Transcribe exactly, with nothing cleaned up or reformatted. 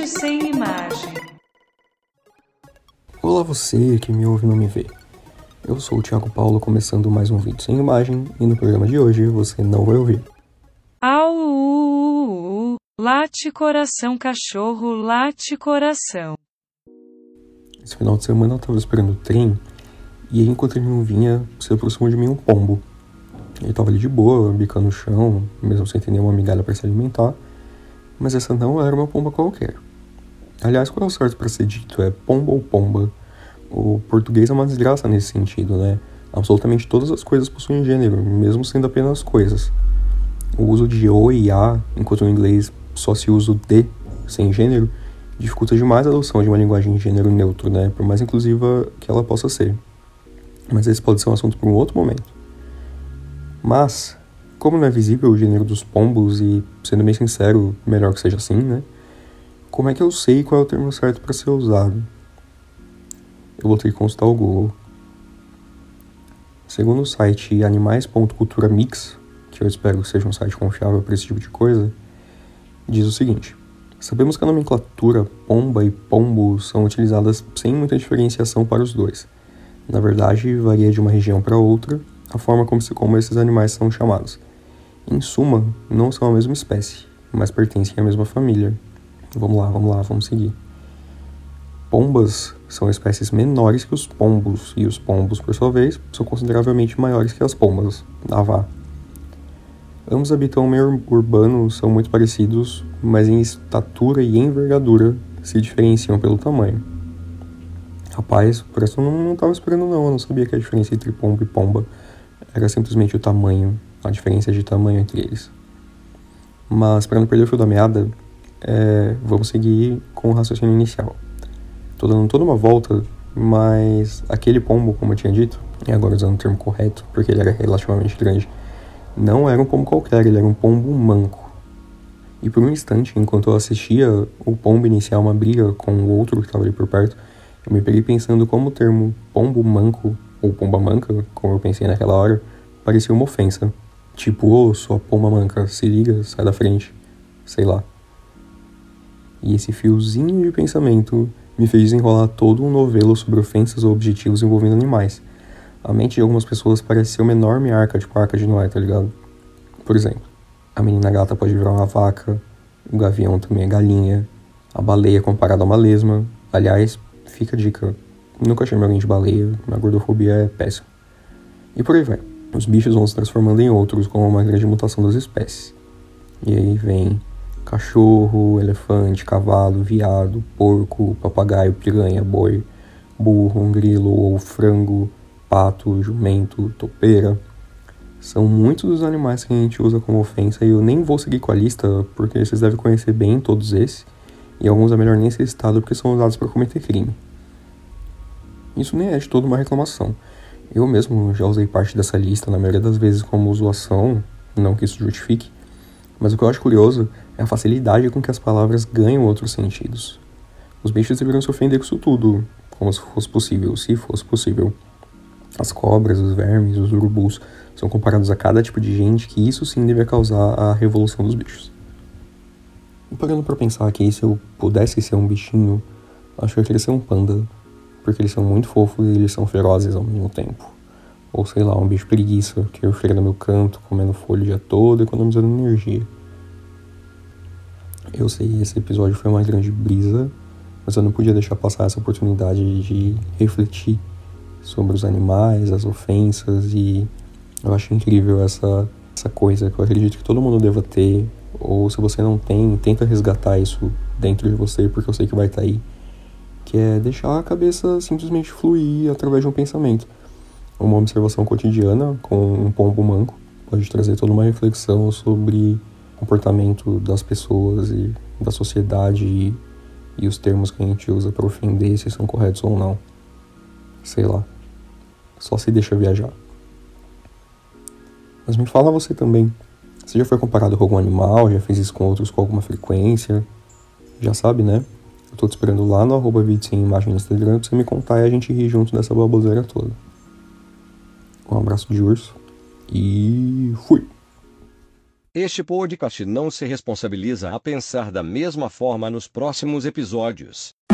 Vídeo sem imagem. Olá você que me ouve e não me vê. Eu sou o Thiago Paulo, começando mais um vídeo sem imagem, e no programa de hoje você não vai ouvir. Au, late coração cachorro, late coração. Esse final de semana eu tava esperando o trem, e aí enquanto ele não vinha, se aproximou de mim um pombo. Ele tava ali de boa, bicando no chão, mesmo sem ter nenhuma migalha para se alimentar, mas essa não era uma pomba qualquer. Aliás, qual é o certo para ser dito? É pomba ou pomba? O português é uma desgraça nesse sentido, né? Absolutamente todas as coisas possuem gênero, mesmo sendo apenas coisas. O uso de o e a, enquanto no inglês só se usa o de, sem gênero, dificulta demais a adoção de uma linguagem de gênero neutro, né? Por mais inclusiva que ela possa ser. Mas esse pode ser um assunto para um outro momento. Mas, como não é visível o gênero dos pombos, e, sendo bem sincero, melhor que seja assim, né? Como é que eu sei qual é o termo certo para ser usado? Eu vou ter que consultar o Google. Segundo o site animais ponto cultura mix, que eu espero que seja um site confiável para esse tipo de coisa, diz o seguinte: sabemos que a nomenclatura pomba e pombo são utilizadas sem muita diferenciação para os dois. Na verdade, varia de uma região para outra a forma como, se, como esses animais são chamados. Em suma, não são a mesma espécie, mas pertencem à mesma família. Vamos lá, vamos lá, vamos seguir. Pombas são espécies menores que os pombos, e os pombos, por sua vez, são consideravelmente maiores que as pombas. Ah, vá. Ambos habitam o meio urbano, são muito parecidos, mas em estatura e envergadura se diferenciam pelo tamanho. Rapaz, por isso eu não estava esperando não, eu não sabia que a diferença entre pombo e pomba era simplesmente o tamanho, a diferença de tamanho entre eles. Mas, para não perder o fio da meada, é, vamos seguir com o raciocínio inicial. Estou dando toda uma volta, mas aquele pombo, como eu tinha dito, e agora usando o termo correto, porque ele era relativamente grande, não era um pombo qualquer, ele era um pombo manco. E por um instante, enquanto eu assistia o pombo iniciar uma briga com o outro que estava ali por perto, eu me peguei pensando como o termo pombo manco, ou pomba manca, como eu pensei naquela hora, parecia uma ofensa. Tipo, ô, oh, sua pomba manca, se liga, sai da frente, sei lá. E esse fiozinho de pensamento me fez desenrolar todo um novelo sobre ofensas ou objetivos envolvendo animais. A mente de algumas pessoas parece ser uma enorme arca, tipo a arca de Noé, tá ligado? Por exemplo, a menina gata pode virar uma vaca, o gavião também é galinha, a baleia comparada a uma lesma. Aliás, fica a dica, nunca chamei alguém de baleia, a gordofobia é péssima. E por aí vai. Os bichos vão se transformando em outros com uma grande mutação das espécies. E aí vem cachorro, elefante, cavalo, viado, porco, papagaio, piranha, boi, burro, um grilo ou frango, pato, jumento, topeira. São muitos dos animais que a gente usa como ofensa e eu nem vou seguir com a lista porque vocês devem conhecer bem todos esses e alguns é melhor nem ser citado porque são usados para cometer crime. Isso nem é de toda uma reclamação. Eu mesmo já usei parte dessa lista, na maioria das vezes como zoação, não que isso justifique, mas o que eu acho curioso é a facilidade com que as palavras ganham outros sentidos. Os bichos deveriam se ofender com isso tudo, como se fosse possível, se fosse possível. As cobras, os vermes, os urubus são comparados a cada tipo de gente que isso sim deve causar a revolução dos bichos. E parando pra pensar que se eu pudesse ser um bichinho, acho que eu queria ser um panda, porque eles são muito fofos e eles são ferozes ao mesmo tempo. Ou sei lá, um bicho preguiça, que eu ficaria no meu canto, comendo folha o dia todo, economizando energia. Eu sei, esse episódio foi uma grande brisa, mas eu não podia deixar passar essa oportunidade de refletir sobre os animais, as ofensas, e eu acho incrível essa, essa coisa que eu acredito que todo mundo deva ter, ou se você não tem, tenta resgatar isso dentro de você, porque eu sei que vai estar aí, que é deixar a cabeça simplesmente fluir através de um pensamento. Uma observação cotidiana com um pombo manco pode trazer toda uma reflexão sobre o comportamento das pessoas e da sociedade e, e os termos que a gente usa para ofender, se são corretos ou não. Sei lá. Só se deixa viajar. Mas me fala você também. Você já foi comparado com algum animal? Já fez isso com outros com alguma frequência? Já sabe, né? Eu tô te esperando lá no arroba vídeo sem imagem no Instagram pra você me contar e a gente rir junto dessa baboseira toda. Um abraço de urso. E fui! Este podcast não se responsabiliza a pensar da mesma forma nos próximos episódios.